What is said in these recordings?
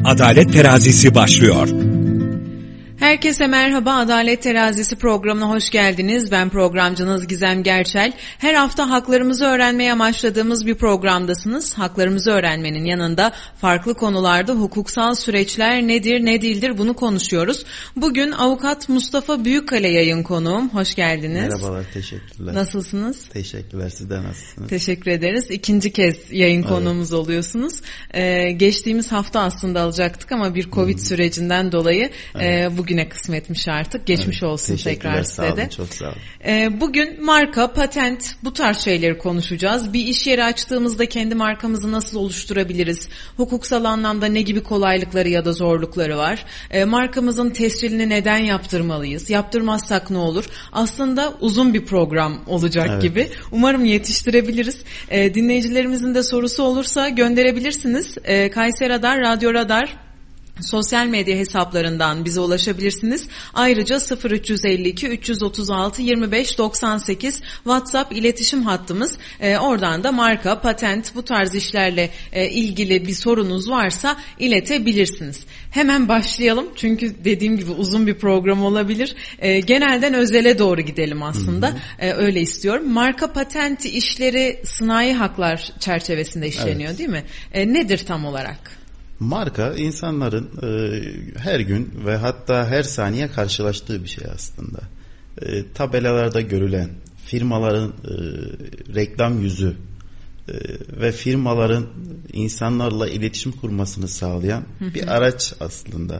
Adalet Terazisi başlıyor. Herkese merhaba, Adalet Terazisi programına hoş geldiniz. Ben programcınız Gizem Gerçel. Her hafta haklarımızı öğrenmeye amaçladığımız bir programdasınız. Haklarımızı öğrenmenin yanında farklı konularda hukuksal süreçler nedir, ne değildir bunu konuşuyoruz. Bugün avukat Mustafa Büyükkale yayın konuğum. Hoş geldiniz. Merhabalar, teşekkürler. Nasılsınız? Teşekkürler, siz de nasılsınız? Teşekkür ederiz. İkinci kez yayın konuğumuz oluyorsunuz. Geçtiğimiz hafta aslında alacaktık ama bir Covid sürecinden dolayı bugüne kısmetmiş artık. Geçmiş olsun tekrar size de. Sağ olun, çok sağ olun. Bugün marka, patent, bu tarz şeyleri konuşacağız. Bir iş yeri açtığımızda kendi markamızı nasıl oluşturabiliriz? Hukuksal anlamda ne gibi kolaylıkları ya da zorlukları var? Markamızın tescilini neden yaptırmalıyız? Yaptırmazsak ne olur? Aslında uzun bir program olacak gibi. Umarım yetiştirebiliriz. Dinleyicilerimizin de sorusu olursa gönderebilirsiniz. Kayseri Radar, Radyo Radar sosyal medya hesaplarından bize ulaşabilirsiniz. Ayrıca 0352 336 25 98 WhatsApp iletişim hattımız. Oradan da marka, patent, bu tarz işlerle ilgili bir sorunuz varsa iletebilirsiniz. Hemen başlayalım. Çünkü dediğim gibi uzun bir program olabilir. Genelden özele doğru gidelim aslında. Öyle istiyorum. Marka, patent işleri sınai haklar çerçevesinde işleniyor, değil mi? Nedir tam olarak? Marka, insanların her gün ve hatta her saniye karşılaştığı bir şey aslında. Tabelalarda görülen, firmaların reklam yüzü ve firmaların insanlarla iletişim kurmasını sağlayan bir araç aslında.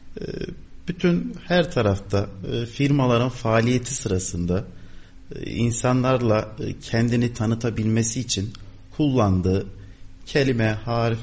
Bütün her tarafta firmaların faaliyeti sırasında insanlarla kendini tanıtabilmesi için kullandığı kelime, harf,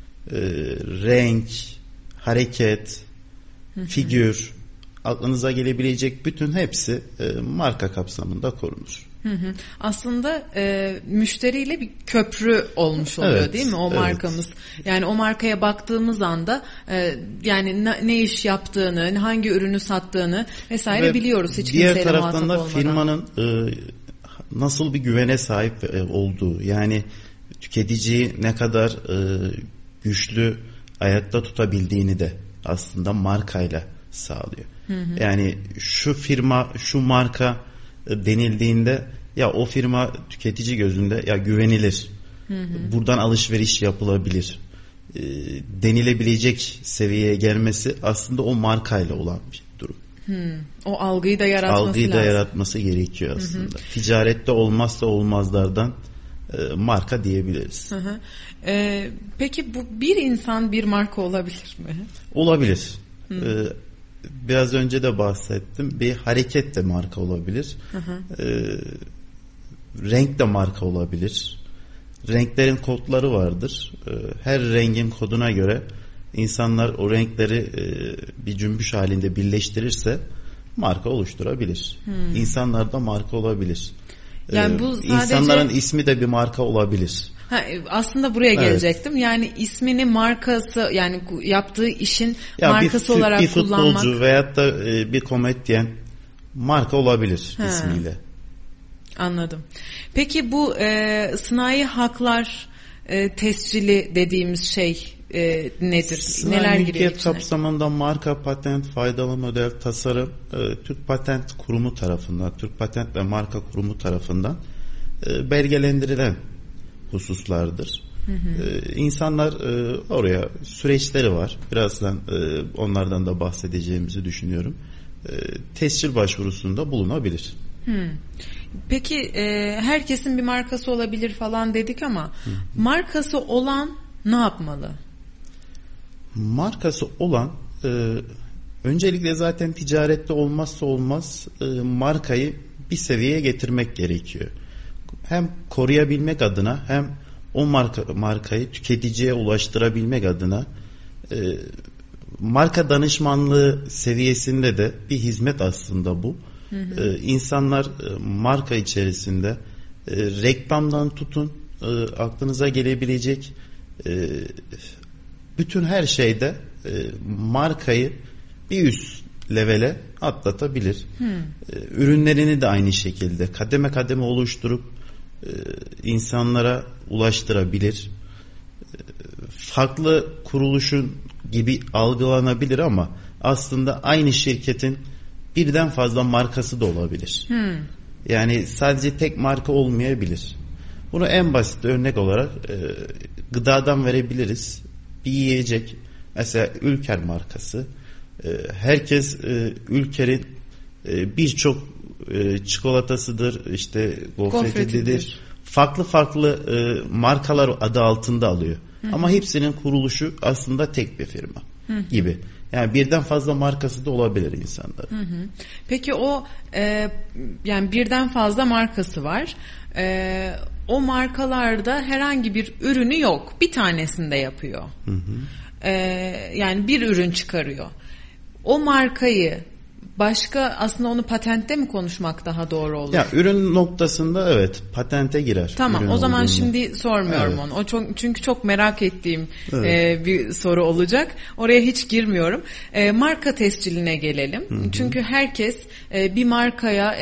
renk, hareket, figür, aklınıza gelebilecek bütün hepsi marka kapsamında korunur. Aslında müşteriyle bir köprü olmuş oluyor, değil mi o markamız? Yani o markaya baktığımız anda yani ne iş yaptığını, hangi ürünü sattığını vesaire biliyoruz hiç kimseyle muhatap olmadan. Diğer taraftan da firmanın nasıl bir güvene sahip olduğu, yani tüketiciyi ne kadar güçlü ayakta tutabildiğini de aslında markayla sağlıyor. Yani şu firma, şu marka denildiğinde ya o firma tüketici gözünde ya güvenilir. Buradan alışveriş yapılabilir. Denilebilecek seviyeye gelmesi aslında o markayla olan bir durum. O algıyı da yaratması lazım. Yaratması gerekiyor aslında. Ticarette olmazsa olmazlardan marka diyebiliriz. Peki bu bir insan bir marka olabilir mi? Olabilir. Biraz önce de bahsettim. Bir hareket de marka olabilir. Renk de marka olabilir. Renklerin kodları vardır. Her rengin koduna göre insanlar o renkleri bir cümbüş halinde birleştirirse marka oluşturabilir. İnsanlar da marka olabilir. Yani bu sadece İnsanların ismi de bir marka olabilir. Aslında buraya gelecektim. Yani ismini markası, yani yaptığı işin markası olarak kullanmak. Bir futbolcu veyahut da bir komedyen marka olabilir ismiyle. Anladım. Peki bu sınai haklar tescili dediğimiz şey nedir? Neler giriyor mülkiyet içine? kapsamında marka, patent, faydalı model, tasarım Türk Patent Kurumu tarafından, Türk Patent ve Marka Kurumu tarafından belgelendirilen hususlardır. İnsanlar oraya süreçleri var. Birazdan onlardan da bahsedeceğimizi düşünüyorum. Tescil başvurusunda bulunabilir. Peki herkesin bir markası olabilir falan dedik ama markası olan ne yapmalı? Markası olan öncelikle zaten ticarette olmazsa olmaz markayı bir seviyeye getirmek gerekiyor. Hem koruyabilmek adına hem o markayı tüketiciye ulaştırabilmek adına marka danışmanlığı seviyesinde de bir hizmet aslında bu. İnsanlar marka içerisinde reklamdan tutun aklınıza gelebilecek bütün her şeyde markayı bir üst levele atlatabilir. Ürünlerini de aynı şekilde kademe kademe oluşturup insanlara ulaştırabilir. Farklı kuruluşun gibi algılanabilir ama aslında aynı şirketin birden fazla markası da olabilir. Yani sadece tek marka olmayabilir. Bunu en basit örnek olarak gıdadan verebiliriz. Bir yiyecek, mesela Ülker markası. Herkes Ülker'in birçok çikolatasıdır, işte gofretidir. Farklı markalar adı altında alıyor. Ama hepsinin kuruluşu aslında tek bir firma gibi. Yani birden fazla markası da olabilir insanların. Peki o yani birden fazla markası var. O markalarda herhangi bir ürünü yok. Bir tanesinde yapıyor. Yani bir ürün çıkarıyor. O markayı başka, aslında onu patentte mi konuşmak daha doğru olur? Ya ürün noktasında evet patente girer. Tamam, ürün o zaman olduğunda. Şimdi sormuyorum Evet. onu. O çünkü çok merak ettiğim bir soru olacak. Oraya hiç girmiyorum. Marka tescilline gelelim. Çünkü herkes bir markaya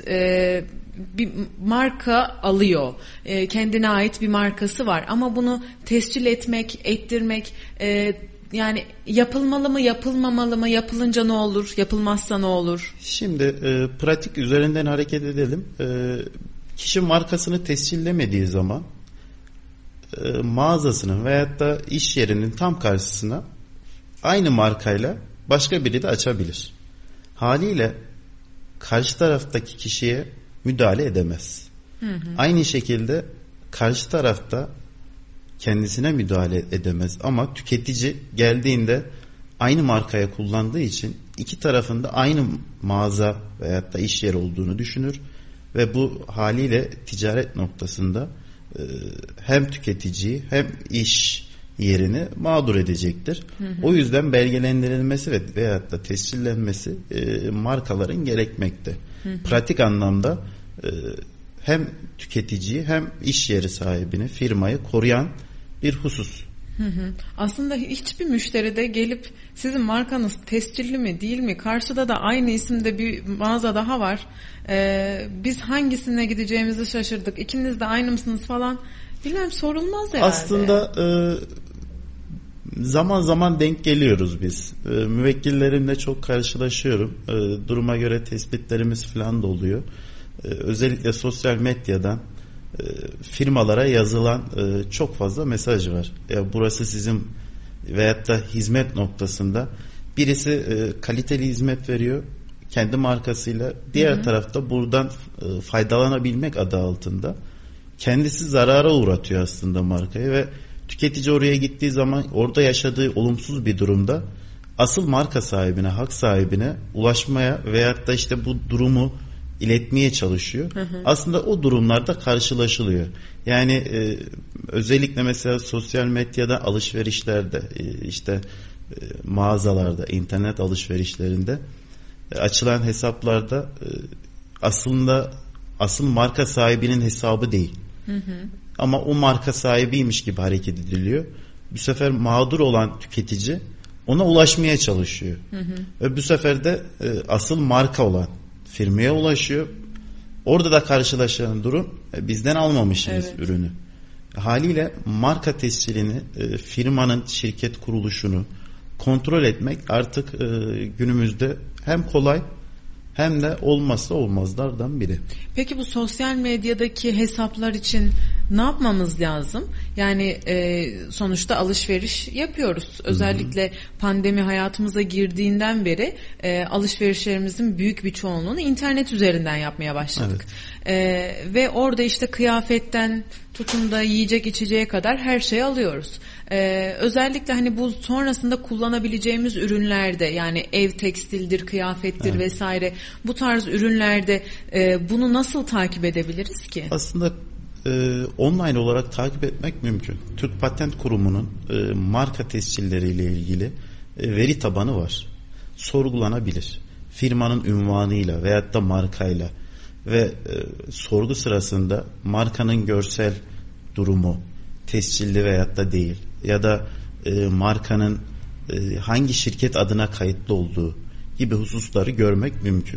bir marka alıyor. Kendine ait bir markası var ama bunu tescil ettirmek yani yapılmalı mı, yapılmamalı mı, yapılınca ne olur, yapılmazsa ne olur? Şimdi pratik üzerinden hareket edelim. Kişi markasını tescillemediği zaman mağazasının veyahut da iş yerinin tam karşısına aynı markayla başka biri de açabilir. Haliyle karşı taraftaki kişiye müdahale edemez. Aynı şekilde karşı tarafta kendisine müdahale edemez ama tüketici geldiğinde aynı markaya kullandığı için iki tarafında aynı mağaza veyahut da iş yeri olduğunu düşünür ve bu haliyle ticaret noktasında hem tüketiciyi hem iş yerini mağdur edecektir. O yüzden belgelendirilmesi veyahut da tescillenmesi markaların gerekmekte. Pratik anlamda hem tüketiciyi hem iş yeri sahibini, firmayı koruyan bir husus. Aslında hiçbir müşteri de gelip sizin markanız tescilli mi değil mi? Karşıda da aynı isimde bir mağaza daha var. Biz hangisine gideceğimizi şaşırdık. İkiniz de aynı mısınız falan. Bilmem, sorulmaz herhalde. Aslında zaman zaman denk geliyoruz biz. Müvekkillerimle çok karşılaşıyorum. Duruma göre tespitlerimiz falan da oluyor. Özellikle sosyal medyadan firmalara yazılan çok fazla mesaj var. Burası sizin veyahut da hizmet noktasında birisi kaliteli hizmet veriyor kendi markasıyla, diğer tarafta buradan faydalanabilmek adı altında kendisi zarara uğratıyor aslında markayı ve tüketici oraya gittiği zaman orada yaşadığı olumsuz bir durumda asıl marka sahibine, hak sahibine ulaşmaya veyahut da işte bu durumu iletmeye çalışıyor. Aslında o durumlarda karşılaşılıyor. Yani özellikle mesela sosyal medyada alışverişlerde, işte mağazalarda, internet alışverişlerinde açılan hesaplarda aslında asıl marka sahibinin hesabı değil. Ama o marka sahibiymiş gibi hareket ediliyor. Bu sefer mağdur olan tüketici ona ulaşmaya çalışıyor. Ve bu sefer de asıl marka olan firmaya ulaşıyor. Orada da karşılaşan durum bizden almamışsınız ürünü. Haliyle marka tescilini, firmanın şirket kuruluşunu kontrol etmek artık günümüzde hem kolay hem de olmazsa olmazlardan biri. Peki bu sosyal medyadaki hesaplar için ne yapmamız lazım? Yani sonuçta alışveriş yapıyoruz. Özellikle pandemi hayatımıza girdiğinden beri alışverişlerimizin büyük bir çoğunluğunu internet üzerinden yapmaya başladık. Ve orada işte kıyafetten tutun da yiyecek içeceğe kadar her şeyi alıyoruz. Özellikle hani bu sonrasında kullanabileceğimiz ürünlerde, yani ev tekstildir, kıyafettir vesaire, bu tarz ürünlerde bunu nasıl takip edebiliriz ki? Aslında online olarak takip etmek mümkün. Türk Patent Kurumu'nun marka tescilleriyle ilgili veri tabanı var. Sorgulanabilir. Firmanın ünvanıyla veyahut da markayla ve sorgu sırasında markanın görsel durumu tescilli veyahut da değil ya da markanın hangi şirket adına kayıtlı olduğu gibi hususları görmek mümkün.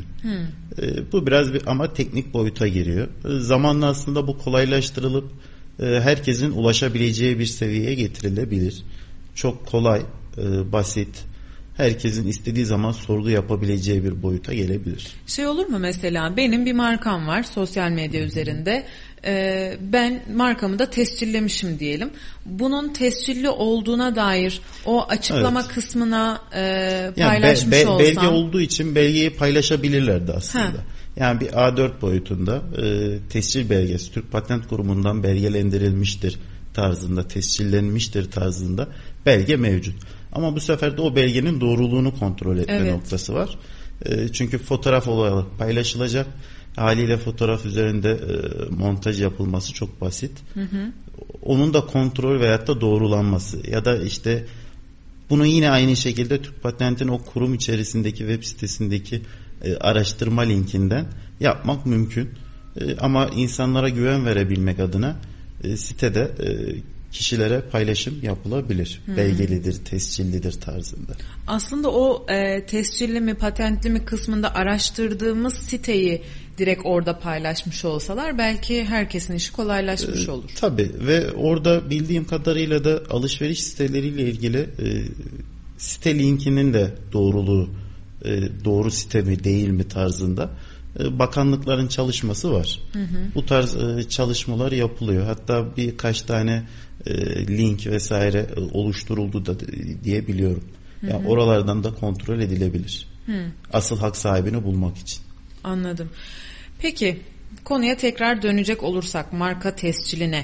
Bu biraz ama teknik boyuta giriyor. Zamanla aslında bu kolaylaştırılıp herkesin ulaşabileceği bir seviyeye getirilebilir. Çok kolay basit, herkesin istediği zaman sorgu yapabileceği bir boyuta gelebilir. Şey olur mu mesela, benim bir markam var sosyal medya üzerinde. Ben markamı da tescillemişim diyelim. Bunun tescilli olduğuna dair o açıklama kısmına paylaşmış olsam. Belge olduğu için belgeyi paylaşabilirlerdi aslında. Yani bir A4 boyutunda tescil belgesi Türk Patent Kurumu'ndan belgelendirilmiştir tarzında, tescillenmiştir tarzında belge mevcut. Ama bu sefer de o belgenin doğruluğunu kontrol etme noktası var. Çünkü fotoğraf olarak paylaşılacak. Haliyle fotoğraf üzerinde montaj yapılması çok basit. Onun da kontrol veyahut da doğrulanması ya da işte bunu yine aynı şekilde Türk Patent'in o kurum içerisindeki web sitesindeki araştırma linkinden yapmak mümkün. Ama insanlara güven verebilmek adına sitede kişilere paylaşım yapılabilir. Belgelidir, tescillidir tarzında. Aslında o tescilli mi, patentli mi kısmında araştırdığımız siteyi direkt orada paylaşmış olsalar belki herkesin işi kolaylaşmış olur. Tabii ve orada bildiğim kadarıyla da alışveriş siteleriyle ilgili site linkinin de doğruluğu, doğru site mi değil mi tarzında bakanlıkların çalışması var. Bu tarz çalışmalar yapılıyor. Hatta birkaç tane link vesaire oluşturuldu da diye biliyorum. Yani oralardan da kontrol edilebilir. Asıl hak sahibini bulmak için. Anladım. Peki konuya tekrar dönecek olursak marka tesciline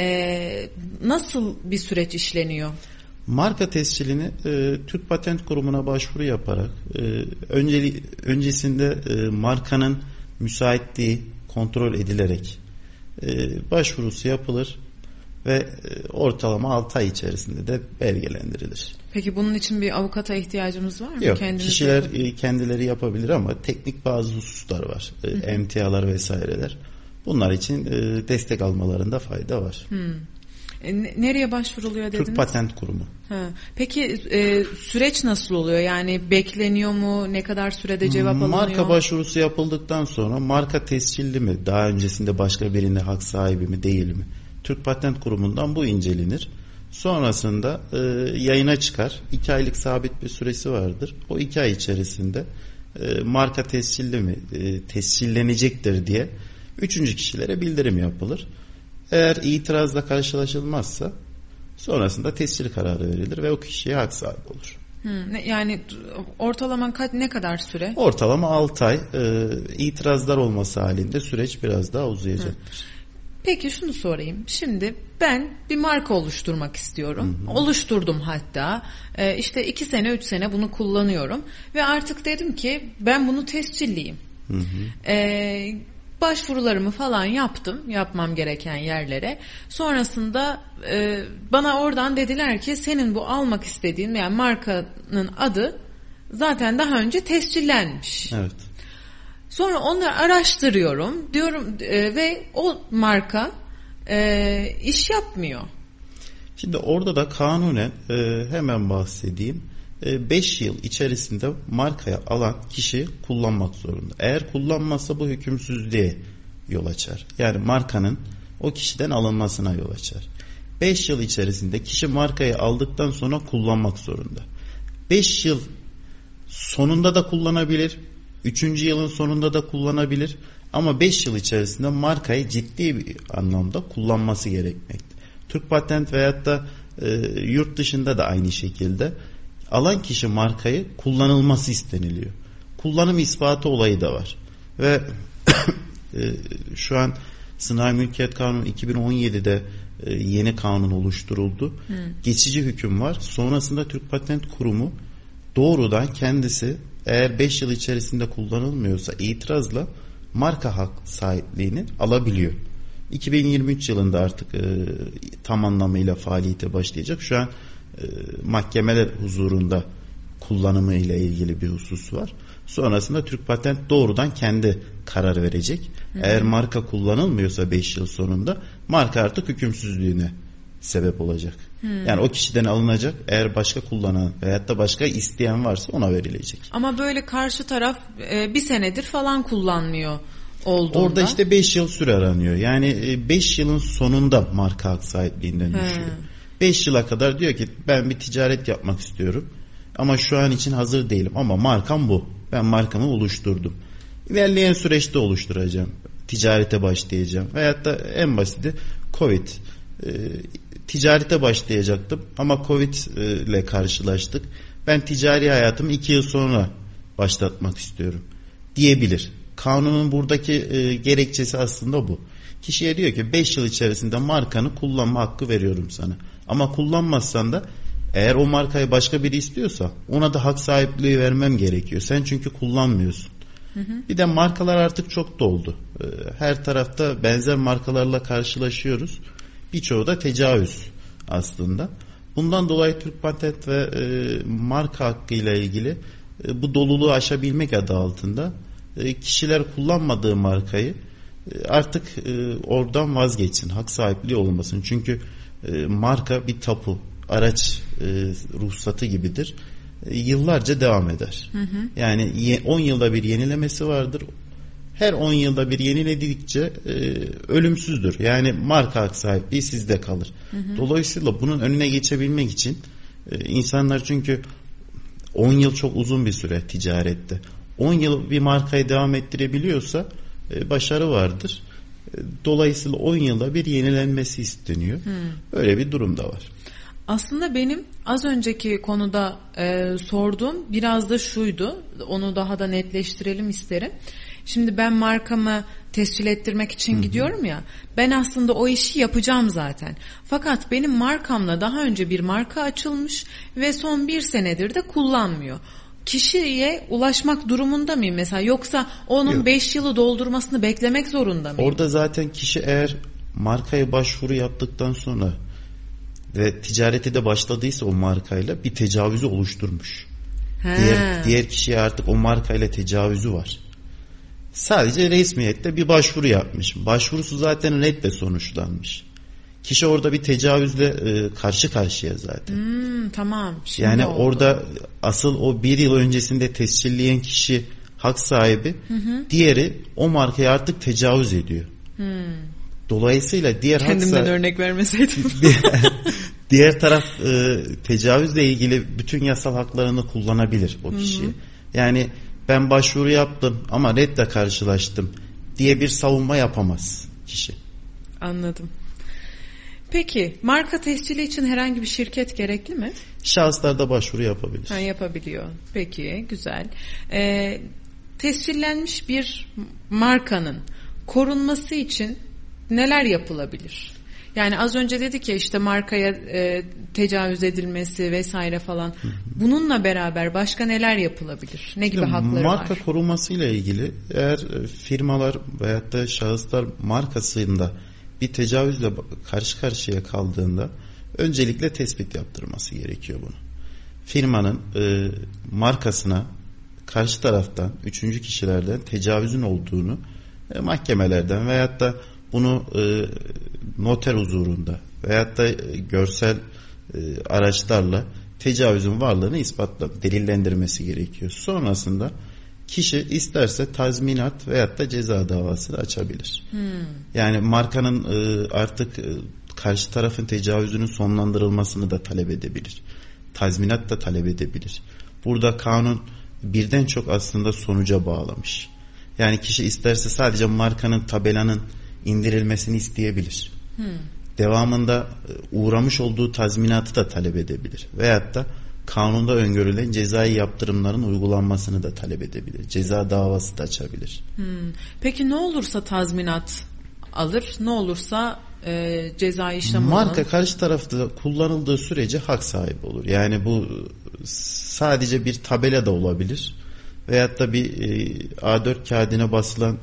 nasıl bir süreç işleniyor? Marka tescilini Türk Patent Kurumu'na başvuru yaparak öncesinde markanın müsaitliği kontrol edilerek başvurusu yapılır ve ortalama 6 ay içerisinde de belgelendirilir. Peki bunun için bir avukata ihtiyacımız var mı? Yok, kişiler kendileri yapabilir ama teknik bazı hususlar var. Emtialar vesaireler. Bunlar için destek almalarında fayda var. Nereye başvuruluyor dediniz? Türk Patent Kurumu. Peki süreç nasıl oluyor? Yani bekleniyor mu? Ne kadar sürede cevap alınıyor? Marka başvurusu yapıldıktan sonra marka tescilli mi? Daha öncesinde başka birinde hak sahibi mi değil mi? Türk Patent Kurumu'ndan bu incelenir. Sonrasında yayına çıkar. 2 aylık sabit bir süresi vardır. O 2 ay içerisinde marka tescilli mi? Tescillenecektir diye 3. kişilere bildirim yapılır. Eğer itirazla karşılaşılmazsa sonrasında tescil kararı verilir ve o kişiye hak sahibi olur. Yani ortalama ne kadar süre? Ortalama 6 ay. İtirazlar olması halinde süreç biraz daha uzayacaktır. Peki şunu sorayım. Şimdi ben bir marka oluşturmak istiyorum. Oluşturdum hatta. İşte 2 sene 3 sene bunu kullanıyorum. Ve artık dedim ki ben bunu tescilleyeyim. Başvurularımı falan yaptım. Yapmam gereken yerlere. Sonrasında bana oradan dediler ki senin bu almak istediğin yani markanın adı zaten daha önce tescillenmiş. Evet. Sonra onları araştırıyorum diyorum ve o marka iş yapmıyor. Şimdi orada da kanunen hemen bahsedeyim. 5 yıl içerisinde markaya alan kişi kullanmak zorunda. Eğer kullanmazsa bu hükümsüzlüğe yol açar. Yani markanın o kişiden alınmasına yol açar. 5 yıl içerisinde kişi markayı aldıktan sonra kullanmak zorunda. 5 yıl sonunda da kullanabilir. 3. yılın sonunda da kullanabilir. Ama 5 yıl içerisinde markayı ciddi bir anlamda kullanması gerekmekte. Türk Patent veyahut da yurt dışında da aynı şekilde alan kişi markayı kullanılması isteniliyor. Kullanım ispatı olayı da var. Ve şu an Sınai Mülkiyet Kanunu 2017'de yeni kanun oluşturuldu. Geçici hüküm var. Sonrasında Türk Patent Kurumu doğrudan kendisi eğer 5 yıl içerisinde kullanılmıyorsa itirazla marka hak sahipliğini alabiliyor. 2023 yılında artık tam anlamıyla faaliyete başlayacak. Şu an mahkemeler huzurunda kullanımı ile ilgili bir husus var. Sonrasında Türk Patent doğrudan kendi karar verecek. Eğer marka kullanılmıyorsa 5 yıl sonunda marka artık hükümsüzlüğüne sebep olacak. Yani o kişiden alınacak. Eğer başka kullanan veyahut da başka isteyen varsa ona verilecek. Ama böyle karşı taraf 1 senedir falan kullanmıyor olduğunda. Orada işte 5 yıl süre aranıyor. Yani 5 yılın sonunda marka hak sahipliğinden düşüyor. 5 yıla kadar diyor ki ben bir ticaret yapmak istiyorum ama şu an için hazır değilim ama markam bu. Ben markamı oluşturdum. İlerleyen süreçte oluşturacağım. Ticarete başlayacağım. Veyahut da en basiti Covid. Ticarete başlayacaktım ama Covid ile karşılaştık. Ben ticari hayatımı 2 yıl sonra başlatmak istiyorum diyebilir. Kanunun buradaki gerekçesi aslında bu. Kişiye diyor ki 5 yıl içerisinde markanı kullanma hakkı veriyorum sana. Ama kullanmazsan da eğer o markayı başka biri istiyorsa ona da hak sahipliği vermem gerekiyor. Sen çünkü kullanmıyorsun. Bir de markalar artık çok doldu. Her tarafta benzer markalarla karşılaşıyoruz. Birçoğu da tecavüz aslında. Bundan dolayı Türk Patent ve marka hakkı ile ilgili bu doluluğu aşabilmek adı altında kişiler kullanmadığı markayı artık oradan vazgeçsin. Hak sahipliği olmasın. Çünkü marka bir tapu, araç ruhsatı gibidir. Yıllarca devam eder. Yani 10 yılda bir yenilemesi vardır. Her 10 yılda bir yeniledikçe ölümsüzdür. Yani marka hak sahipliği sizde kalır. Dolayısıyla bunun önüne geçebilmek için insanlar, çünkü 10 yıl çok uzun bir süre ticarette. 10 yıl bir markayı devam ettirebiliyorsa başarı vardır. Dolayısıyla 10 yılda bir yenilenmesi isteniyor. Öyle bir durum da var. Aslında benim az önceki konuda sorduğum biraz da şuydu. Onu daha da netleştirelim isterim. Şimdi ben markamı tescil ettirmek için gidiyorum ya. Ben aslında o işi yapacağım zaten. Fakat benim markamla daha önce bir marka açılmış ve son 1 senedir de kullanmıyor. Kişiye ulaşmak durumunda mıyım mesela, yoksa onun 5 yılı doldurmasını beklemek zorunda mıyım? Orada zaten kişi eğer markaya başvuru yaptıktan sonra ve ticareti de başladıysa o markayla bir tecavüzü oluşturmuş. Diğer kişiye artık o markayla tecavüzü var. Sadece resmiyette bir başvuru yapmış. Başvurusu zaten redle sonuçlanmış. Kişi orada bir tecavüzle karşı karşıya zaten. Tamam. Şimdi yani oldu. Orada asıl o 1 yıl öncesinde tescilleyen kişi hak sahibi, diğeri o markaya artık tecavüz ediyor. Dolayısıyla diğer kendimden örnek vermeseydim. Diğer taraf tecavüzle ilgili bütün yasal haklarını kullanabilir o kişi. Yani ben başvuru yaptım ama redle karşılaştım diye bir savunma yapamaz kişi. Anladım. Peki marka tescili için herhangi bir şirket gerekli mi? Şahıslar da başvuru yapabilir. Yapabiliyor. Peki, güzel. Tescillenmiş bir markanın korunması için neler yapılabilir? Yani az önce dedik ya, işte markaya tecavüz edilmesi vesaire falan. Bununla beraber başka neler yapılabilir? Ne gibi hakları var? Marka korunmasıyla ilgili eğer firmalar veyahut da şahıslar markasında bir tecavüzle karşı karşıya kaldığında öncelikle tespit yaptırması gerekiyor bunu. Firmanın markasına karşı taraftan, 3. kişilerden tecavüzün olduğunu mahkemelerden veyahut da bunu noter huzurunda veyahut da görsel araçlarla tecavüzün varlığını delillendirmesi gerekiyor. Sonrasında kişi isterse tazminat veyahut da ceza davası da açabilir. Yani markanın artık karşı tarafın tecavüzünün sonlandırılmasını da talep edebilir. Tazminat da talep edebilir. Burada kanun birden çok aslında sonuca bağlamış. Yani kişi isterse sadece markanın, tabelanın indirilmesini isteyebilir. Devamında uğramış olduğu tazminatı da talep edebilir. Veyahut da kanunda öngörülen cezai yaptırımların uygulanmasını da talep edebilir. Ceza davası da açabilir. Peki ne olursa tazminat alır, ne olursa cezai işlem alır? Marka karşı tarafta kullanıldığı sürece hak sahibi olur. Yani bu sadece bir tabela da olabilir. Veyahut da bir A4 kağıdına basılan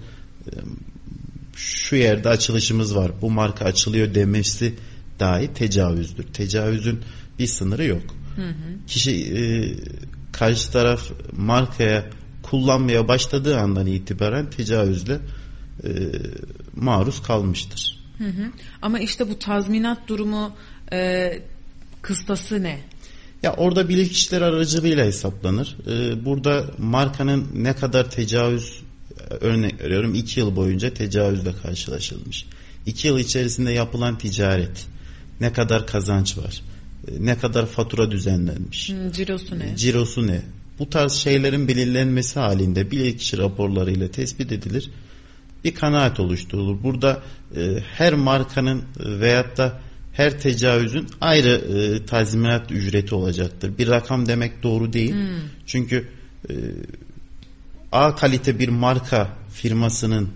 şu yerde açılışımız var, bu marka açılıyor demesi dahi tecavüzdür. Tecavüzün bir sınırı yok. Kişi karşı taraf markaya kullanmaya başladığı andan itibaren tecavüzle maruz kalmıştır. Ama işte bu tazminat durumu kıstası ne? Ya orada bilirkişiler aracılığıyla hesaplanır. Burada markanın ne kadar tecavüz, örnek veriyorum 2 yıl boyunca tecavüzle karşılaşılmış. 2 yıl içerisinde yapılan ticaret, ne kadar kazanç var? ne kadar fatura düzenlenmiş, cirosu ne, bu tarz şeylerin belirlenmesi halinde bilirkişi raporlarıyla tespit edilir, bir kanaat oluşturulur. Burada her markanın veyahut da her tecavüzün ayrı tazminat ücreti olacaktır. Bir rakam demek doğru değil. Çünkü A kalite bir marka firmasının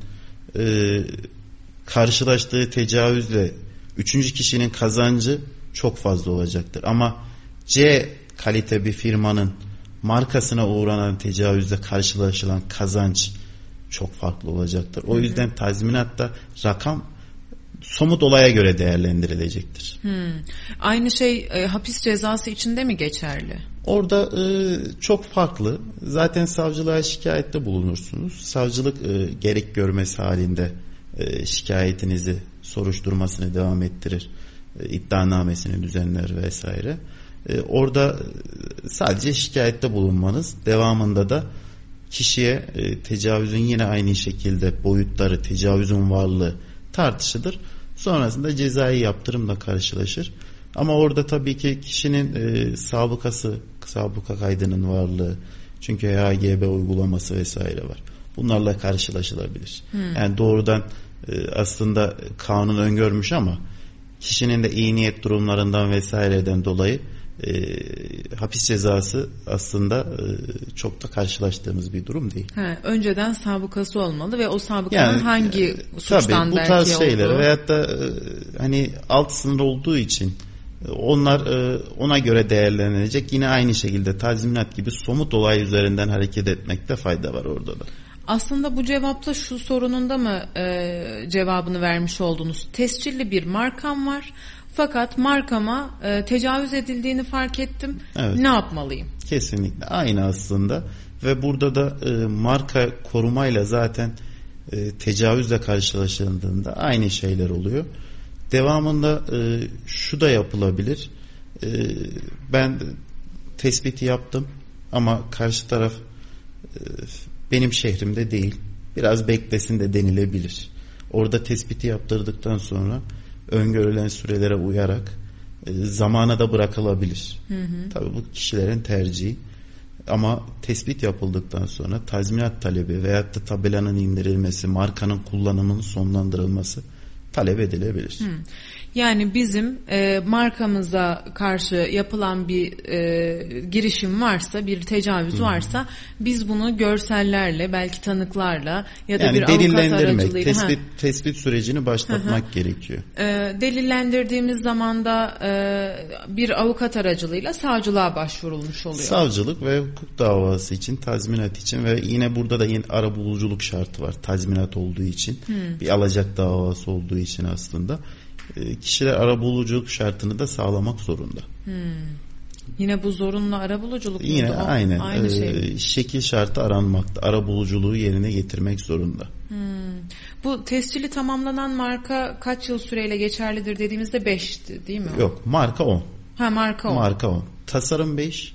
karşılaştığı tecavüzle üçüncü kişinin kazancı çok fazla olacaktır. Ama C kalite bir firmanın markasına uğranan tecavüzle karşılaşılan kazanç çok farklı olacaktır. O yüzden tazminatta rakam somut olaya göre değerlendirilecektir. Aynı şey hapis cezası için de mi geçerli? Orada çok farklı. Zaten savcılığa şikayette bulunursunuz. Savcılık gerek görmesi halinde şikayetinizi soruşturmasını devam ettirir. İddianamesini düzenler vesaire. Orada sadece şikayette bulunmanız, devamında da kişiye tecavüzün yine aynı şekilde boyutları, tecavüzün varlığı tartışılır. Sonrasında cezai yaptırımla karşılaşır. Ama orada tabii ki kişinin sabıka kaydının varlığı, çünkü HGB uygulaması vesaire var. Bunlarla karşılaşılabilir. Yani doğrudan aslında kanun öngörmüş ama kişinin de iyi niyet durumlarından vesaireden dolayı hapis cezası aslında çok da karşılaştığımız bir durum değil. Önceden sabıkası olmalı ve o sabıkanın hangi suçtan tabii, belki bu tarz şeyler olduğu. Veyahut da hani alt sınır olduğu için onlar ona göre değerlenilecek. Yine aynı şekilde tazminat gibi somut olay üzerinden hareket etmekte fayda var orada da. Aslında bu cevapla şu sorunun da mı cevabını vermiş oldunuz? Tescilli bir markam var. Fakat markama tecavüz edildiğini fark ettim. Evet. Ne yapmalıyım? Kesinlikle aynı aslında ve burada da marka korumayla zaten tecavüzle karşılaşıldığında aynı şeyler oluyor. Devamında şu da yapılabilir. Ben tespiti yaptım ama karşı taraf benim şehrimde değil, biraz beklesin de denilebilir. Orada tespiti yaptırdıktan sonra öngörülen sürelere uyarak zamana da bırakılabilir. Tabii bu kişilerin tercihi. Ama tespit yapıldıktan sonra tazminat talebi veyahut da tabelanın indirilmesi, markanın kullanımının sonlandırılması talep edilebilir. Yani bizim markamıza karşı yapılan bir girişim varsa, bir tecavüz varsa biz bunu görsellerle, belki tanıklarla ya da yani bir avukat aracılığıyla tespit sürecini başlatmak gerekiyor. Delillendirdiğimiz zaman da bir avukat aracılığıyla savcılığa başvurulmuş oluyor. Savcılık ve hukuk davası için, tazminat için ve yine burada da yine arabuluculuk şartı var. Tazminat olduğu için, bir alacak davası olduğu için aslında kişiler arabuluculuk şartını da sağlamak zorunda. Yine bu zorunlu arabuluculuk muydu? Yine aynı şey. Şekil şartı aranmakta. Arabuluculuğu yerine getirmek zorunda. Bu tescili tamamlanan marka kaç yıl süreyle geçerlidir dediğimizde 5'ti değil mi? Yok, marka 10. Marka 10. Marka 10. Tasarım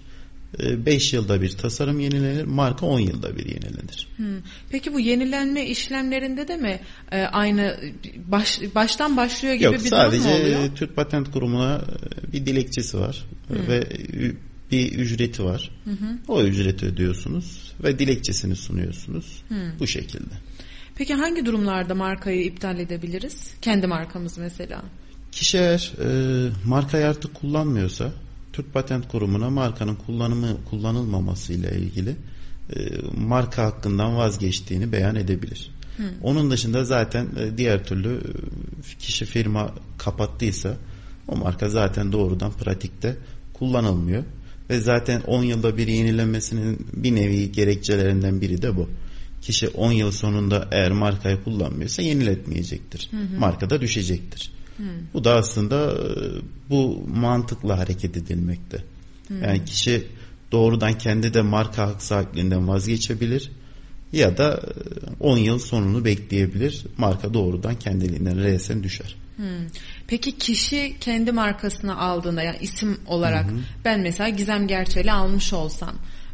5 yılda bir tasarım yenilenir, marka 10 yılda bir yenilenir. Peki bu yenilenme işlemlerinde de mi aynı baştan başlıyor gibi yok, bir durum mu oluyor? Yok, sadece Türk Patent Kurumu'na bir dilekçesi var ve bir ücreti var. O ücreti ödüyorsunuz ve dilekçesini sunuyorsunuz. Bu şekilde. Peki hangi durumlarda markayı iptal edebiliriz? Kendi markamız mesela. Kişi eğer markayı artık kullanmıyorsa Türk Patent Kurumu'na markanın kullanılmaması ile ilgili marka hakkından vazgeçtiğini beyan edebilir. Onun dışında zaten diğer türlü kişi firma kapattıysa o marka zaten doğrudan pratikte kullanılmıyor ve zaten 10 yılda bir yenilenmesinin bir nevi gerekçelerinden biri de bu. Kişi 10 yıl sonunda eğer markayı kullanmıyorsa yeniletmeyecektir. Marka da düşecektir. Bu da aslında bu mantıkla hareket edilmekte. Yani kişi doğrudan kendi de marka hak sahipliğinden vazgeçebilir ya da 10 yıl sonunu bekleyebilir. Marka doğrudan kendiliğinden resen düşer. Peki kişi kendi markasını aldığında, yani isim olarak ben mesela Gizem Gerçel'i almış olsam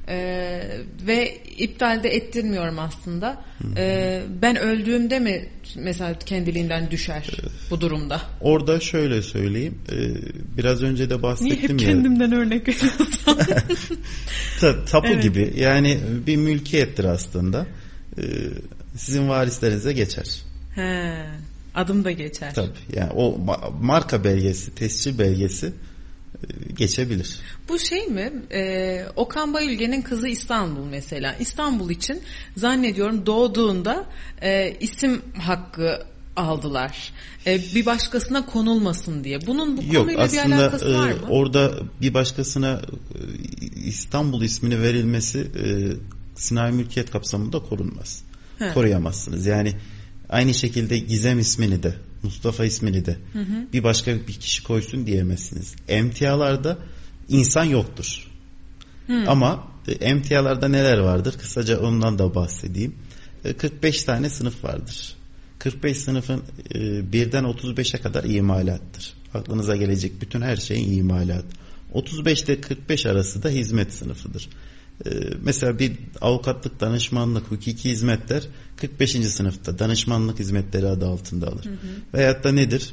Ve iptal de ettirmiyorum aslında. Ben öldüğümde mi mesela kendiliğinden düşer bu durumda? Orada şöyle söyleyeyim. Biraz önce de bahsettim ya. Niye hep kendimden örnek veriyorsun? Tapu Evet. gibi. Yani bir mülkiyettir aslında. Sizin varislerinize geçer. He, adım da geçer. Tabii. Yani o marka belgesi, tescil belgesi geçebilir. Bu şey mi? Okan Bayülgen'in kızı İstanbul mesela. İstanbul için zannediyorum doğduğunda isim hakkı aldılar. Bir başkasına konulmasın diye. Bunun bu Yok, konuyla aslında bir alakası var mı? orada bir başkasına İstanbul ismini verilmesi sinayi mülkiyet kapsamında korunmaz. Koruyamazsınız. Yani aynı şekilde Gizem ismini de, Mustafa ismini de bir başka bir kişi koysun diyemezsiniz. Emtialarda insan yoktur. Ama emtialarda neler vardır? Kısaca ondan da bahsedeyim. 45 tane sınıf vardır. 45 sınıfın birden 35'e kadar imalattır. Aklınıza gelecek bütün her şeyin imalat. 35 ile 45 arası da hizmet sınıfıdır. Mesela bir avukatlık, danışmanlık, hukuki hizmetler 45. sınıfta danışmanlık hizmetleri adı altında alır. Veyahut da nedir?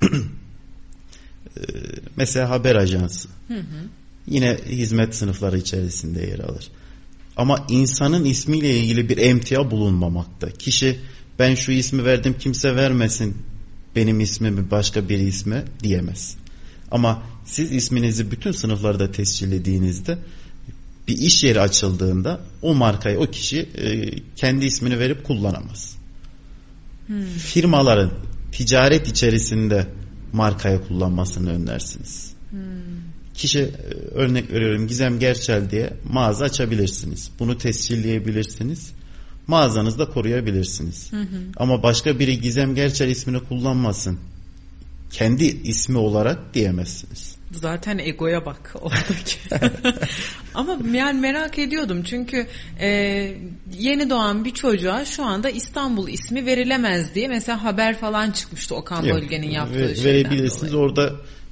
Mesela haber ajansı. Yine hizmet sınıfları içerisinde yer alır. Ama insanın ismiyle ilgili bir emtia bulunmamakta. Kişi ben şu ismi verdim kimse vermesin benim ismimi başka bir isme diyemez. Ama siz isminizi bütün sınıflarda tescillediğinizde bir iş yeri açıldığında o markayı o kişi kendi ismini verip kullanamaz. Firmaların ticaret içerisinde markayı kullanmasını önlersiniz. Kişi örnek veriyorum Gizem Gerçel diye mağaza açabilirsiniz. Bunu tescilleyebilirsiniz. Mağazanızda koruyabilirsiniz. Ama başka biri Gizem Gerçel ismini kullanmasın. Kendi ismi olarak diyemezsiniz. Zaten egoya bak oradaki. Ama yani merak ediyordum çünkü yeni doğan bir çocuğa şu anda İstanbul ismi verilemez diye mesela haber falan çıkmıştı Okan Bayülgen'in yaptığı şeyden verebilirsiniz. dolayı. Orada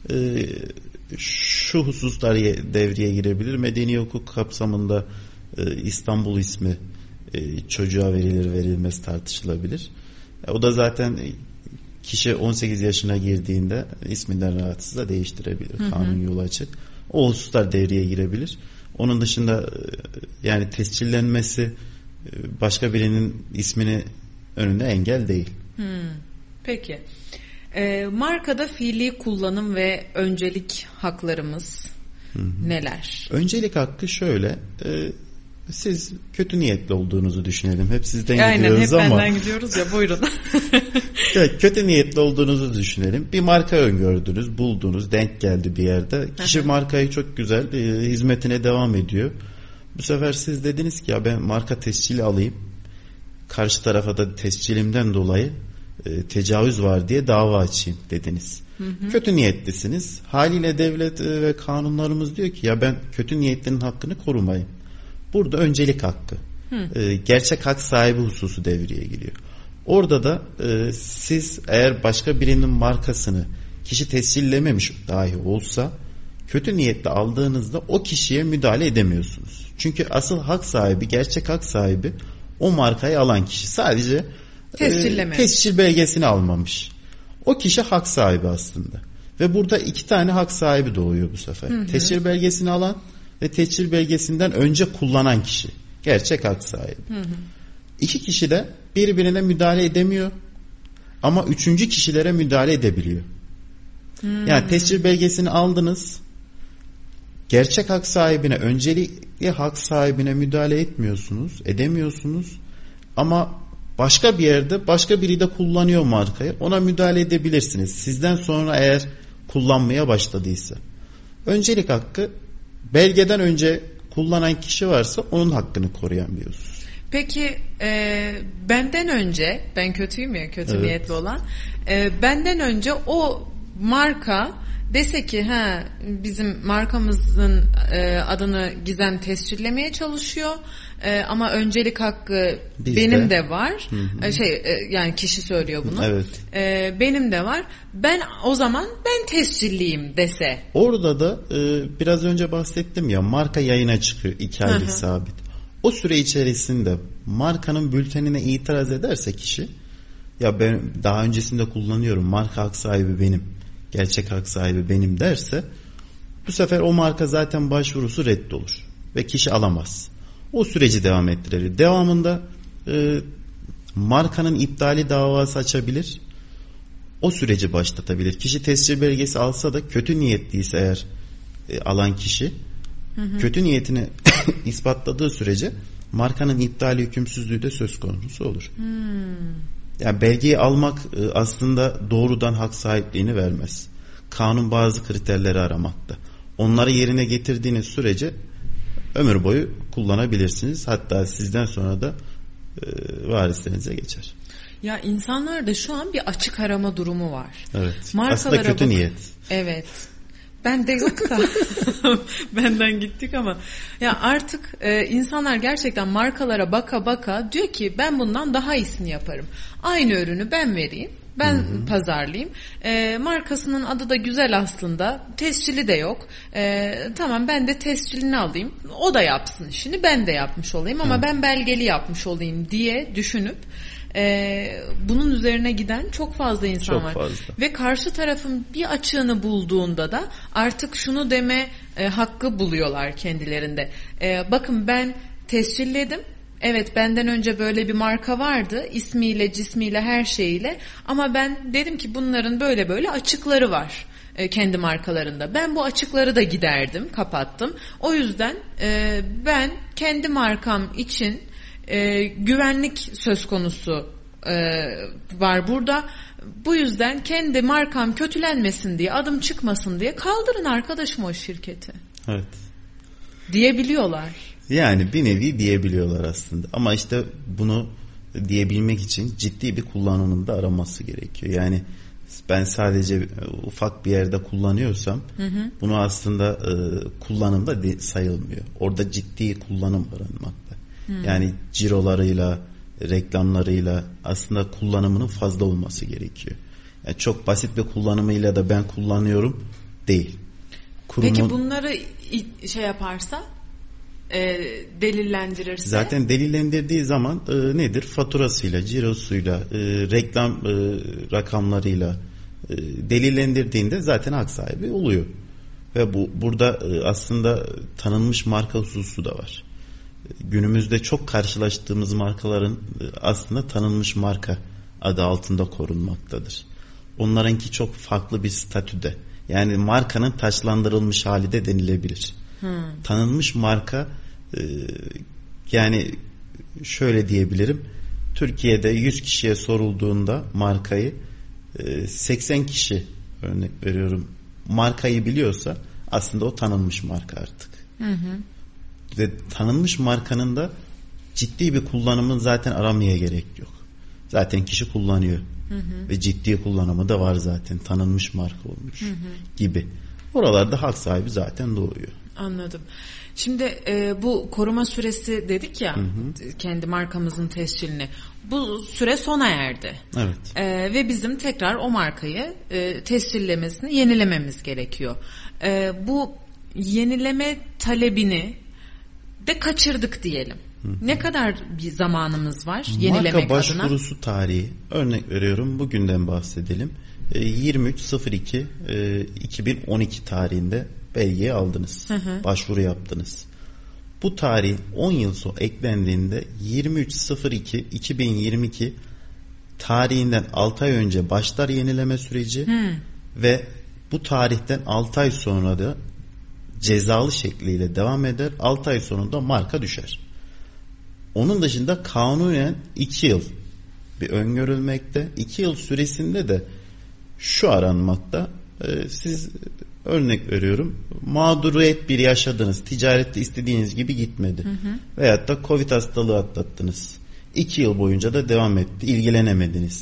şu hususlar devreye girebilir. Medeni hukuk kapsamında İstanbul ismi çocuğa verilir verilmez tartışılabilir. O da zaten kişi 18 yaşına girdiğinde isminden rahatsızsa değiştirebilir. Kanun yolu açık. O hususlar devreye girebilir. Onun dışında yani tescillenmesi başka birinin ismini önünde engel değil. Peki. Markada fiili kullanım ve öncelik haklarımız neler? Öncelik hakkı şöyle. Siz kötü niyetli olduğunuzu düşünelim. Hep sizden Aynen, gidiyoruz hep ama. benden gidiyoruz ya, buyurun. Evet, kötü niyetli olduğunuzu düşünelim. Bir marka öngördünüz, buldunuz, denk geldi bir yerde. Kişi markayı çok güzel, hizmetine devam ediyor. Bu sefer siz dediniz ki ya ben marka tescili alayım. Karşı tarafa da tescilimden dolayı tecavüz var diye dava açayım dediniz. Kötü niyetlisiniz. Haliyle devlet ve kanunlarımız diyor ki ya ben kötü niyetlinin hakkını korumayayım. Burada öncelik hakkı. Gerçek hak sahibi hususu devreye giriyor. Orada da siz eğer başka birinin markasını kişi tescillememiş dahi olsa kötü niyetle aldığınızda o kişiye müdahale edemiyorsunuz. Çünkü asıl hak sahibi, gerçek hak sahibi o markayı alan kişi. Sadece tescil belgesini almamış. O kişi hak sahibi aslında. Ve burada iki tane hak sahibi doğuyor bu sefer. Tescil belgesini alan ve tescil belgesinden önce kullanan kişi. Gerçek hak sahibi. İki kişi de birbirine müdahale edemiyor. Ama üçüncü kişilere müdahale edebiliyor. Yani tescil belgesini aldınız. Gerçek hak sahibine, öncelikli hak sahibine müdahale etmiyorsunuz, edemiyorsunuz. Ama başka bir yerde başka biri de kullanıyor markayı. Ona müdahale edebilirsiniz. Sizden sonra eğer kullanmaya başladıysa. Öncelik hakkı belgeden önce kullanan kişi varsa onun hakkını koruyan bir husus. Peki benden önce, ben kötüyüm ya, kötü niyetli olan, benden önce o marka dese ki bizim markamızın adını Gizem tescillemeye çalışıyor ama öncelik hakkı benim de var. Yani kişi söylüyor bunu. Evet. Benim de var. Ben o zaman tescilliyim dese. Orada da biraz önce bahsettim ya, marka yayına çıkıyor 2 aylık sabit. O süre içerisinde markanın bültenine itiraz ederse kişi, ya ben daha öncesinde kullanıyorum, marka hak sahibi benim, gerçek hak sahibi benim derse, bu sefer o marka zaten başvurusu reddolur ve kişi alamaz. O süreci devam ettirir. Devamında markanın iptali davası açabilir. O süreci başlatabilir. Kişi tescil belgesi alsa da kötü niyetliyse eğer alan kişi, kötü niyetini ispatladığı sürece markanın iptali hükümsüzlüğü de söz konusu olur. Yani belgeyi almak aslında doğrudan hak sahipliğini vermez. Kanun bazı kriterleri aramakta. Onları yerine getirdiğiniz sürece ömür boyu kullanabilirsiniz. Hatta sizden sonra da varislerinize geçer. Ya insanlarda şu an bir açık arama durumu var. Evet. Markalara aslında kötü niyet. Evet. Ben de yok da benden gittik ama ya artık insanlar gerçekten markalara baka baka diyor ki ben bundan daha iyisini yaparım. Aynı ürünü ben vereyim. Ben pazarlayayım. Markasının adı da güzel aslında. Tescili de yok. Tamam, ben de tescilini alayım. O da yapsın işini. Ben de yapmış olayım ama ben belgeli yapmış olayım diye düşünüp bunun üzerine giden çok fazla insan var. Ve karşı tarafın bir açığını bulduğunda da artık şunu deme hakkı buluyorlar kendilerinde. Bakın ben tescilledim. Evet, benden önce böyle bir marka vardı, ismiyle, cismiyle, her şeyiyle, ama ben dedim ki bunların böyle böyle açıkları var kendi markalarında. Ben bu açıkları da giderdim, kapattım. O yüzden ben kendi markam için güvenlik söz konusu var burada. Bu yüzden kendi markam kötülenmesin diye, adım çıkmasın diye kaldırın arkadaşım o şirketi. Evet. Diyebiliyorlar. Yani bir nevi diyebiliyorlar aslında. Ama işte bunu diyebilmek için ciddi bir kullanımın da araması gerekiyor. Yani ben sadece ufak bir yerde kullanıyorsam bunu aslında kullanımda sayılmıyor. Orada ciddi kullanım aranmakta. Yani cirolarıyla, reklamlarıyla aslında kullanımının fazla olması gerekiyor. Yani çok basit bir kullanımıyla da ben kullanıyorum değil. Peki bunları yaparsa, delillendirirse? Zaten delillendirdiği zaman nedir? Faturasıyla, cirosuyla, reklam rakamlarıyla delillendirdiğinde zaten hak sahibi oluyor. Ve burada aslında tanınmış marka hususu da var. Günümüzde çok karşılaştığımız markaların aslında tanınmış marka adı altında korunmaktadır. Onlarınki çok farklı bir statüde. Yani markanın taçlandırılmış hali de denilebilir. Tanınmış marka, yani şöyle diyebilirim, Türkiye'de 100 kişiye sorulduğunda markayı 80 kişi, örnek veriyorum, markayı biliyorsa aslında o tanınmış marka artık. Ve tanınmış markanın da ciddi bir kullanımın zaten aramaya gerek yok. Zaten kişi kullanıyor. Ve ciddi kullanımı da var zaten, tanınmış marka olmuş gibi. Oralarda hak sahibi zaten doğuyor. Anladım. Şimdi bu koruma süresi dedik ya, kendi markamızın tescilini. Bu süre sona erdi. Evet. Ve bizim tekrar o markayı tescillemesini yenilememiz gerekiyor. Bu yenileme talebini de kaçırdık diyelim. Ne kadar bir zamanımız var yenilemek marka adına? Marka başvurusu tarihi, örnek veriyorum, bugünden bahsedelim. 23.02.2012 tarihinde belgeyi aldınız. Başvuru yaptınız. Bu tarih 10 yıl sonra eklendiğinde 23.02.2022 tarihinden 6 ay önce başlar yenileme süreci ve bu tarihten 6 ay sonra da cezalı şekliyle devam eder. 6 ay sonunda marka düşer. Onun dışında kanunen 2 yıl bir öngörülmekte. 2 yıl süresinde de şu aranmakta. Siz, örnek veriyorum, mağduriyet bir yaşadınız. Ticarette istediğiniz gibi gitmedi. Veyahut da Covid hastalığı atlattınız. 2 yıl boyunca da devam etti. İlgilenemediniz.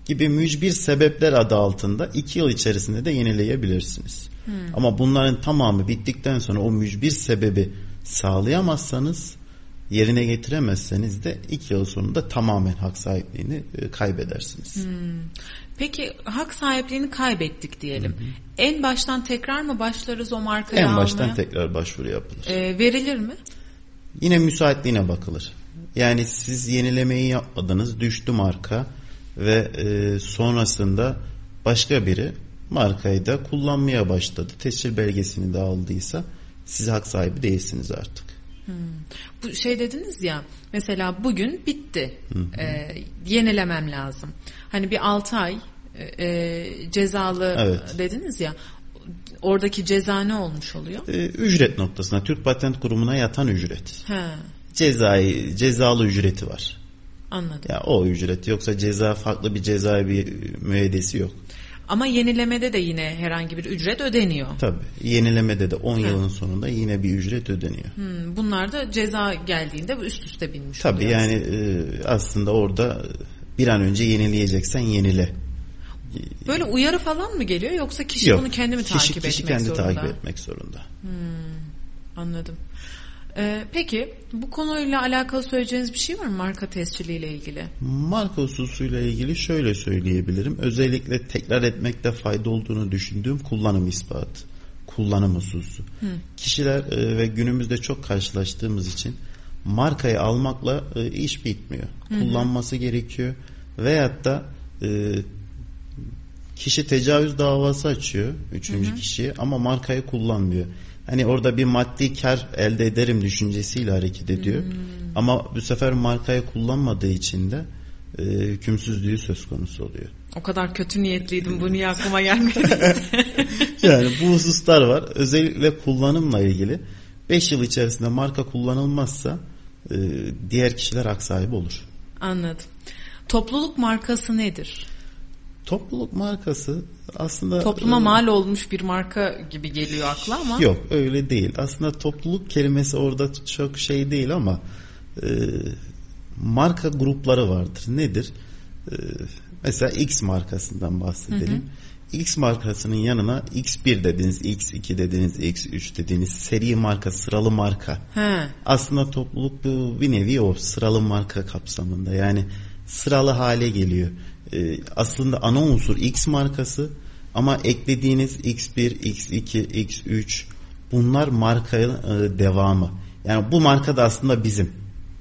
gibi mücbir sebepler adı altında 2 yıl içerisinde de yenileyebilirsiniz. Ama bunların tamamı bittikten sonra o mücbir sebebi sağlayamazsanız, yerine getiremezseniz de 2 yıl sonunda tamamen hak sahipliğini kaybedersiniz. Peki hak sahipliğini kaybettik diyelim. En baştan tekrar mı başlarız o markayı almaya? En baştan tekrar başvuru yapılır. Verilir mi? Yine müsaitliğine bakılır. Yani siz yenilemeyi yapmadınız, düştü marka ve sonrasında başka biri markayı da kullanmaya başladı. Tescil belgesini de aldıysa siz hak sahibi değilsiniz artık. Bu şey dediniz ya, mesela bugün bitti. Yenilemem lazım. Hani bir 6 ay cezalı evet. dediniz ya. Oradaki ceza ne olmuş oluyor? Ücret noktasına, Türk Patent Kurumu'na yatan ücret. He. Cezalı ücreti var. Anladım. Ya o ücret, yoksa ceza farklı bir ceza bir müeyyidesi yok. Ama yenilemede de yine herhangi bir ücret ödeniyor. Tabii. Yenilemede de 10 yılın sonunda yine bir ücret ödeniyor. Bunlar da ceza geldiğinde üst üste binmiş tabii oluyor. Yani aslında orada bir an önce yenileyeceksen yenile. Böyle uyarı falan mı geliyor, yoksa kişi bunu kendi mi takip etmek zorunda? Kişi kendi takip etmek zorunda. Anladım. Peki bu konuyla alakalı söyleyeceğiniz bir şey var mı, marka tesciliyle ilgili? Marka hususuyla ilgili şöyle söyleyebilirim. Özellikle tekrar etmekte fayda olduğunu düşündüğüm kullanım ispatı, kullanım hususu. Kişiler ve günümüzde çok karşılaştığımız için markayı almakla iş bitmiyor. Kullanması gerekiyor. Veyahut da kişi tecavüz davası açıyor 3. kişiye ama markayı kullanmıyor. Hani orada bir maddi kar elde ederim düşüncesiyle hareket ediyor. Ama bu sefer markayı kullanmadığı için de hükümsüzlüğü söz konusu oluyor. O kadar kötü niyetliydim, bu niye aklıma gelmedi? Yani bu hususlar var. Özellikle kullanımla ilgili 5 yıl içerisinde marka kullanılmazsa diğer kişiler hak sahibi olur. Anladım. Topluluk markası nedir? Topluluk markası aslında... Topluma mal olmuş bir marka gibi geliyor akla ama... Yok, öyle değil. Aslında topluluk kelimesi orada çok şey değil ama marka grupları vardır. Nedir? Mesela X markasından bahsedelim. X markasının yanına X1 dediniz, X2 dediniz, X3 dediniz, seri marka, sıralı marka. Aslında topluluk bu bir nevi o sıralı marka kapsamında. Yani sıralı hale geliyor. Aslında ana unsur X markası ama eklediğiniz X1, X2, X3 bunlar markanın devamı. Yani bu marka da aslında bizim.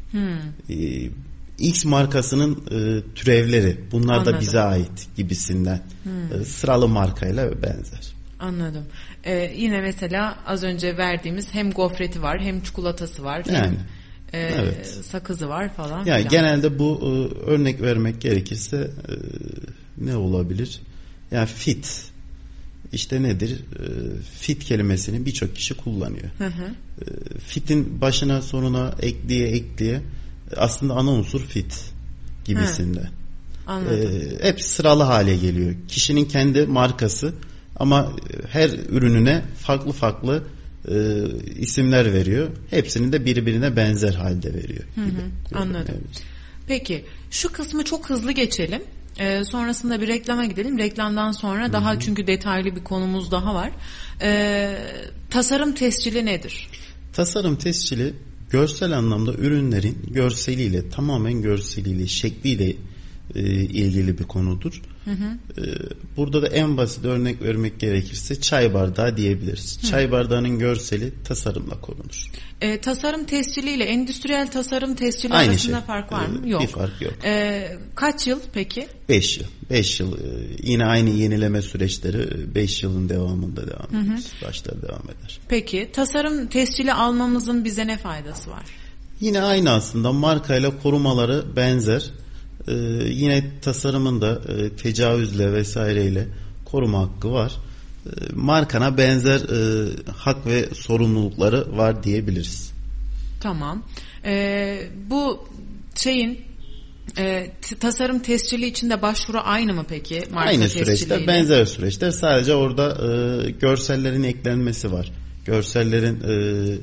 X markasının türevleri, bunlar Anladım. da bize ait gibisinden. Sıralı markayla benzer. Anladım. Yine mesela az önce verdiğimiz hem gofreti var, hem çikolatası var, Yani hem sakızı var falan. Yani falan. genelde bu örnek vermek gerekirse ne olabilir? Yani fit. İşte nedir? Fit kelimesini birçok kişi kullanıyor. Fit'in başına sonuna ekleye aslında ana unsur fit gibisinde. Hep sıralı hale geliyor. Kişinin kendi markası ama her ürününe farklı isimler veriyor. Hepsinin de birbirine benzer halde veriyor gibi. Anladım. Peki şu kısmı çok hızlı geçelim. Sonrasında bir reklama gidelim. Reklamdan sonra daha çünkü detaylı bir konumuz daha var. Tasarım tescili nedir? Tasarım tescili görsel anlamda ürünlerin görseliyle, tamamen görseliyle, şekliyle ilgili bir konudur. Burada da en basit örnek vermek gerekirse çay bardağı diyebiliriz. Çay bardağının görseli tasarımla korunur. Tasarım tescili ile endüstriyel tasarım tescili aynı arasında şey. fark var mı? Yok. Bir fark yok. Kaç yıl peki? 5 yıl. 5 yıl yine aynı yenileme süreçleri 5 yılın devamında devam eder. Başlar devam eder. Peki tasarım tescili almamızın bize ne faydası var? Yine aynı aslında, markayla korumaları benzer. Yine tasarımın da tecavüzle vesaireyle koruma hakkı var. Markana benzer hak ve sorumlulukları var diyebiliriz. Tamam. Bu şeyin tasarım tescili içinde başvuru aynı mı peki? Marka aynı süreçler, tesciliyle? benzer süreçler. Sadece orada görsellerin eklenmesi var. Görsellerin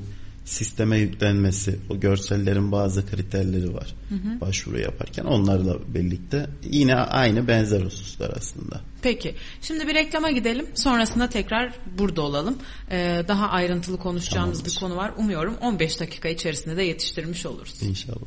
sisteme yüklenmesi, o görsellerin bazı kriterleri var başvuru yaparken, onlarla birlikte yine aynı benzer hususlar aslında. Peki. Şimdi bir reklama gidelim. Sonrasında tekrar burada olalım. Daha ayrıntılı konuşacağımız bir konu var. Umuyorum 15 dakika içerisinde de yetiştirmiş oluruz. İnşallah.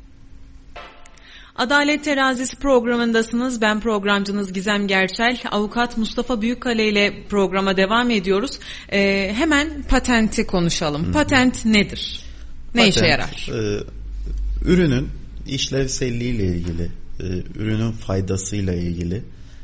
Adalet Terazisi programındasınız. Ben programcınız Gizem Gerçel. Avukat Mustafa Büyükkale ile programa devam ediyoruz. Hemen patenti konuşalım. Patent nedir? Ne işe yarar? Ürünün işlevselliğiyle ilgili, ürünün faydasıyla ilgili,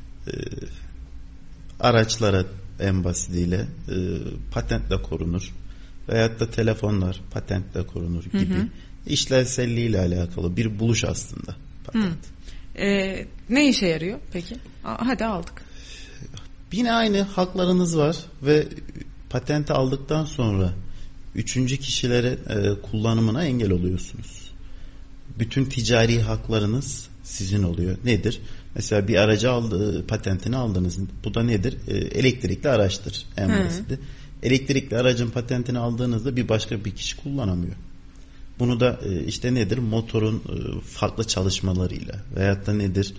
araçlara en basitiyle patentle korunur. Veyahut da telefonlar patentle korunur gibi. İşlevselliğiyle alakalı bir buluş aslında patent. Ne işe yarıyor peki? Hadi aldık. Yine aynı haklarınız var ve patenti aldıktan sonra üçüncü kişilere kullanımına engel oluyorsunuz. Bütün ticari haklarınız sizin oluyor. Nedir? Mesela bir aracı patentini aldınız. Bu da nedir? Elektrikli araçtır en basiti. Elektrikli aracın patentini aldığınızda bir başka bir kişi kullanamıyor. Bunu da işte nedir? Motorun farklı çalışmalarıyla veyahut da nedir?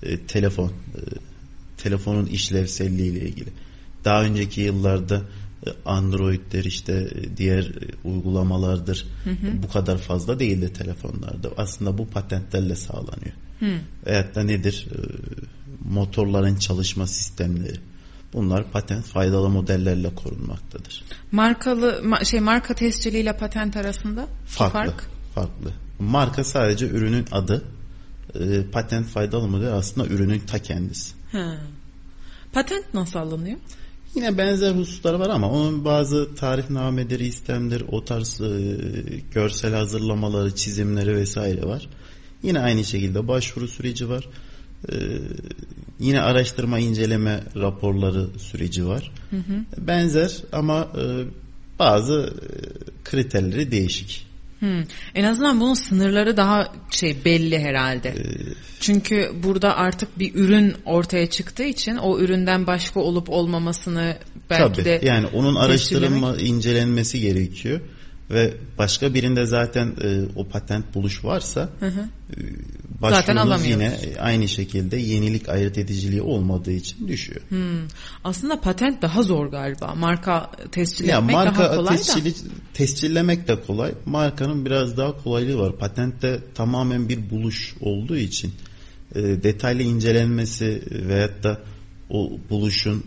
Telefonun işlevselliği ile ilgili. Daha önceki yıllarda Android'ler, işte diğer uygulamalardır. Bu kadar fazla değildi telefonlarda. Aslında bu patentlerle sağlanıyor. Veyahut da nedir? Motorların çalışma sistemleri. Bunlar patent faydalı modellerle korunmaktadır. Marka tesciliyle patent arasında farklı. Marka sadece ürünün adı. Patent faydalı model aslında ürünün ta kendisi. Patent nasıl alınıyor? Yine benzer hususlar var ama onun bazı tarihnameleri, istemleri, o tarz görsel hazırlamaları, çizimleri vesaire var. Yine aynı şekilde başvuru süreci var. Yine araştırma, inceleme raporları süreci var. Benzer ama bazı kriterleri değişik. En azından bunun sınırları daha belli herhalde. Çünkü burada artık bir ürün ortaya çıktığı için o üründen başka olup olmamasını belki de yani onun araştırılma, incelenmesi gerekiyor. Ve başka birinde zaten o patent buluş varsa başvurunuz yine aynı şekilde yenilik ayırt ediciliği olmadığı için düşüyor. Aslında patent daha zor galiba. Marka tescil etmek daha kolay da. Tescillemek de kolay. Markanın biraz daha kolaylığı var. Patentte tamamen bir buluş olduğu için detaylı incelenmesi veyahut da o buluşun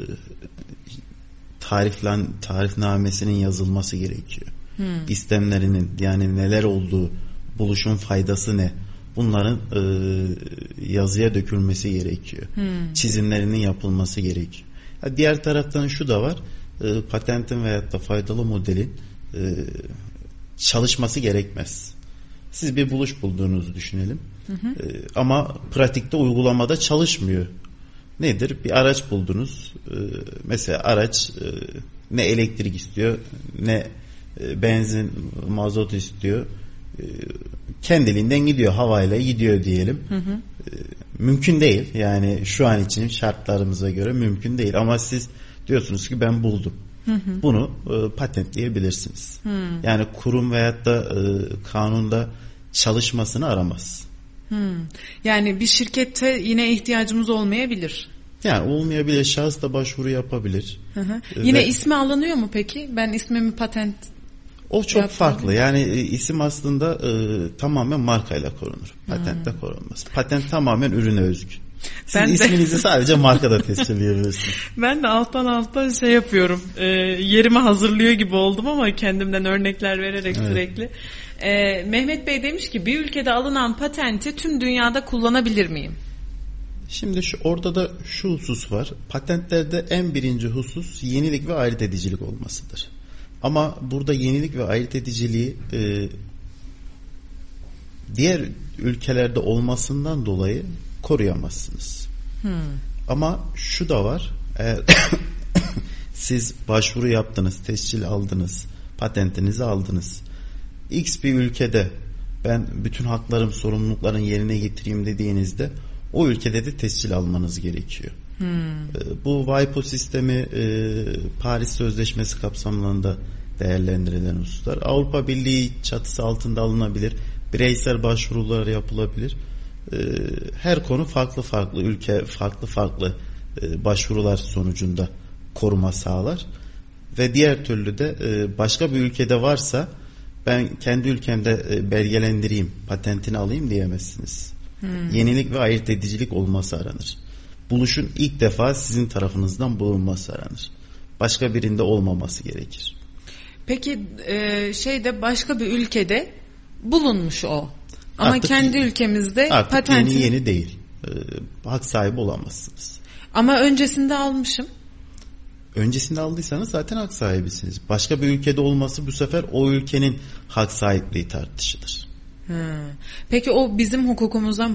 tarifnamesinin yazılması gerekiyor. İstemlerinin, yani neler olduğu, buluşun faydası ne, bunların yazıya dökülmesi gerekiyor. Çizimlerinin yapılması gerekiyor. Diğer taraftan şu da var, patentin veyahut da faydalı modelin çalışması gerekmez. Siz bir buluş bulduğunuzu düşünelim. Ama pratikte, uygulamada çalışmıyor. Nedir? Bir araç buldunuz. Mesela araç ne elektrik istiyor, ne benzin, mazot istiyor. Kendiliğinden gidiyor, havayla gidiyor diyelim. Mümkün değil. Yani şu an için şartlarımıza göre mümkün değil. Ama siz diyorsunuz ki ben buldum. Bunu patentleyebilirsiniz. Yani kurum veyahut da kanunda çalışmasını aramaz. Yani bir şirkette yine ihtiyacımız olmayabilir. Yani olmayabilir. Şahıs da başvuru yapabilir. Yine ismi alınıyor mu peki? Ben ismimi patent o çok farklı. Yani isim aslında tamamen markayla korunur. Patentle korunmaz. Patent tamamen ürüne özgü. Siz isminizi sadece markada tescilleyebilirsiniz. Ben de alttan yapıyorum. Yerimi hazırlıyor gibi oldum ama kendimden örnekler vererek sürekli. Mehmet Bey demiş ki bir ülkede alınan patenti tüm dünyada kullanabilir miyim? Şimdi orada da şu husus var. Patentlerde en birinci husus yenilik ve ayırt edicilik olmasıdır. Ama burada yenilik ve ayırt ediciliği diğer ülkelerde olmasından dolayı koruyamazsınız. Ama şu da var. Eğer siz başvuru yaptınız, tescil aldınız, patentinizi aldınız. X bir ülkede ben bütün haklarım, sorumluluklarım yerine getireyim dediğinizde o ülkede de tescil almanız gerekiyor. Bu WIPO sistemi Paris Sözleşmesi kapsamında değerlendirilen hususlar. Avrupa Birliği çatısı altında alınabilir. Bireysel başvurular yapılabilir. Her konu farklı ülke farklı başvurular sonucunda koruma sağlar. Ve diğer türlü de başka bir ülkede varsa ben kendi ülkemde belgelendireyim, patentini alayım diyemezsiniz. Yenilik ve ayırt edicilik olması aranır. Buluşun ilk defa sizin tarafınızdan bulunması aranır. Başka birinde olmaması gerekir. Peki başka bir ülkede bulunmuş o. Ama artık, kendi ülkemizde artık patentini... yeni değil. Hak sahibi olamazsınız. Ama öncesinde almışım. Öncesinde aldıysanız zaten hak sahibisiniz. Başka bir ülkede olması bu sefer o ülkenin hak sahipliği tartışılır. Peki o bizim hukukumuzdan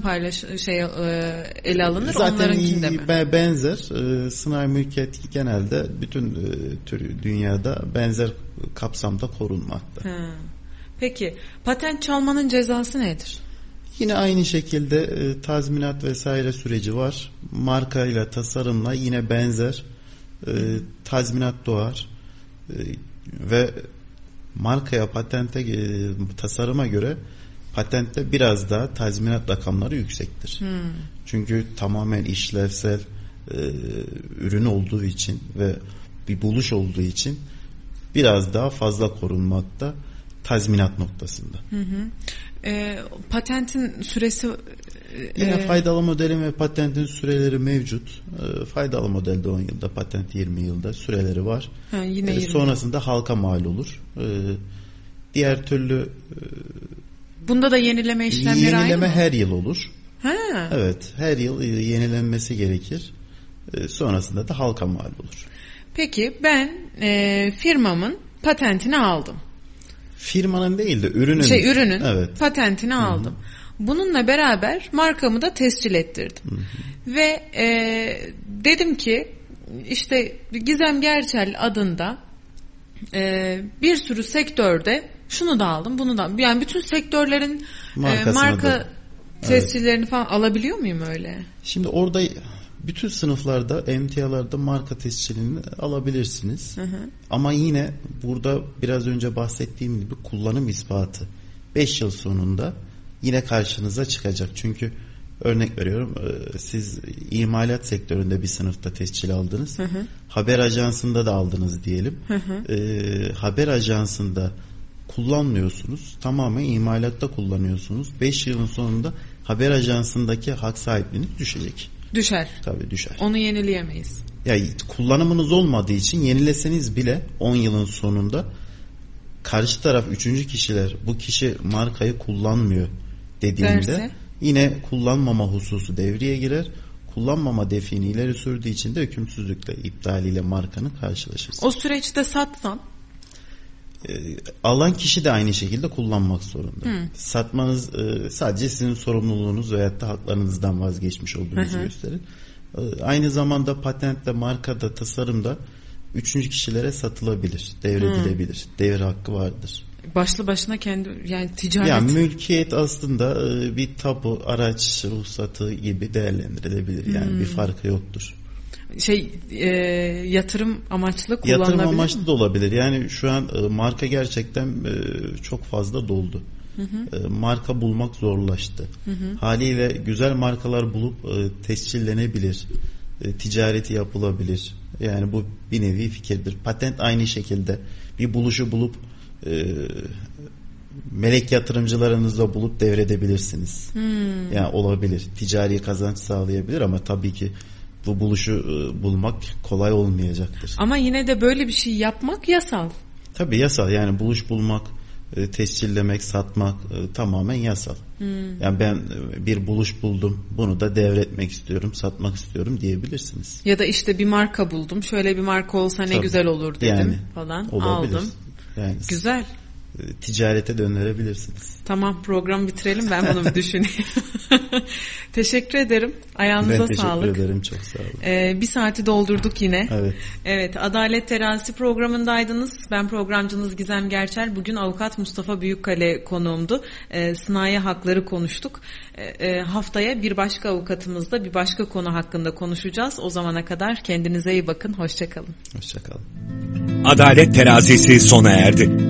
ele alınır, zaten onlarınkinde mi? Benzer. Sınai mülkiyet genelde bütün dünyada benzer kapsamda korunmakta. Peki patent çalmanın cezası nedir? Yine aynı şekilde tazminat vesaire süreci var. Markayla, tasarımla yine benzer tazminat doğar. Ve markaya, patente, tasarıma göre patentte biraz daha tazminat rakamları yüksektir. Çünkü tamamen işlevsel ürün olduğu için ve bir buluş olduğu için biraz daha fazla korunmakta tazminat noktasında. Patentin süresi yine faydalı modelin ve patentin süreleri mevcut. Faydalı modelde 10 yılda, patent 20 yılda süreleri var. Yine sonrasında halka mal olur. Diğer türlü bunda da yenileme işlemleri aynı mı? Her yıl olur. Evet, her yıl yenilenmesi gerekir. Sonrasında da halka mal olur. Peki ben firmamın patentini aldım. Firmanın değil de ürünün evet, patentini aldım. Bununla beraber markamı da tescil ettirdim. Ve dedim ki işte Gizem Gerçel adında bir sürü sektörde şunu da aldım, bunu da, yani bütün sektörlerin marka tescillerini falan alabiliyor muyum öyle? Şimdi orada bütün sınıflarda, emtialarda marka tescilini alabilirsiniz. Ama yine burada biraz önce bahsettiğim gibi kullanım ispatı 5 yıl sonunda yine karşınıza çıkacak. Çünkü örnek veriyorum, siz imalat sektöründe bir sınıfta tescil aldınız. Haber ajansında da aldınız diyelim. Haber ajansında kullanmıyorsunuz. Tamamen imalatta kullanıyorsunuz. 5 yılın sonunda haber ajansındaki hak sahipliğiniz düşecek. Düşer. Tabii düşer. Onu yenileyemeyiz. Yani kullanımınız olmadığı için yenileseniz bile 10 yılın sonunda karşı taraf, 3. kişiler bu kişi markayı kullanmıyor dediğinde yine kullanmama hususu devreye girer. Kullanmama defini ileri sürdüğü için de hükümsüzlükle, iptaliyle markanın karşılaşırsınız. O süreçte satsan? Alan kişi de aynı şekilde kullanmak zorunda. Satmanız sadece sizin sorumluluğunuz veyahut da haklarınızdan vazgeçmiş olduğunuzu gösterir. Aynı zamanda patentle, markada, tasarımda 3. kişilere satılabilir, devredilebilir. Devir hakkı vardır. Başlı başına kendi, yani ticaret. Yani mülkiyet aslında bir tapu, araç ruhsatı gibi değerlendirilebilir. Yani bir farkı yoktur. Yatırım amaçlı kullanılabilir mi? Yatırım amaçlı da olabilir. Yani şu an marka gerçekten çok fazla doldu. Marka bulmak zorlaştı. Haliyle güzel markalar bulup tescillenebilir. Ticareti yapılabilir. Yani bu bir nevi fikirdir. Patent aynı şekilde bir buluşu bulup melek yatırımcılarınızla bulup devredebilirsiniz. Yani olabilir. Ticari kazanç sağlayabilir ama tabii ki bu buluşu bulmak kolay olmayacaktır. Ama yine de böyle bir şey yapmak yasal. Tabii yasal. Yani buluş bulmak, tescillemek, satmak tamamen yasal. Yani ben bir buluş buldum, bunu da devretmek istiyorum, satmak istiyorum diyebilirsiniz. Ya da işte bir marka buldum, şöyle bir marka olsa ne güzel olur dedim yani, falan olabilir. Aldım. Yani güzel. Ticarete döndürebilirsiniz. Tamam, programı bitirelim, ben bunu bir düşüneyim. Teşekkür ederim. Ayağınıza sağlık. Ben teşekkür ederim, çok sağ olun. Bir saati doldurduk yine. Evet. Evet, Adalet Terazisi programındaydınız. Ben programcınız Gizem Gerçel. Bugün avukat Mustafa Büyükkale konuğumdu. Sınai hakları konuştuk. Haftaya bir başka avukatımızla bir başka konu hakkında konuşacağız. O zamana kadar kendinize iyi bakın. Hoşça kalın. Hoşça kalın. Adalet Terazisi sona erdi.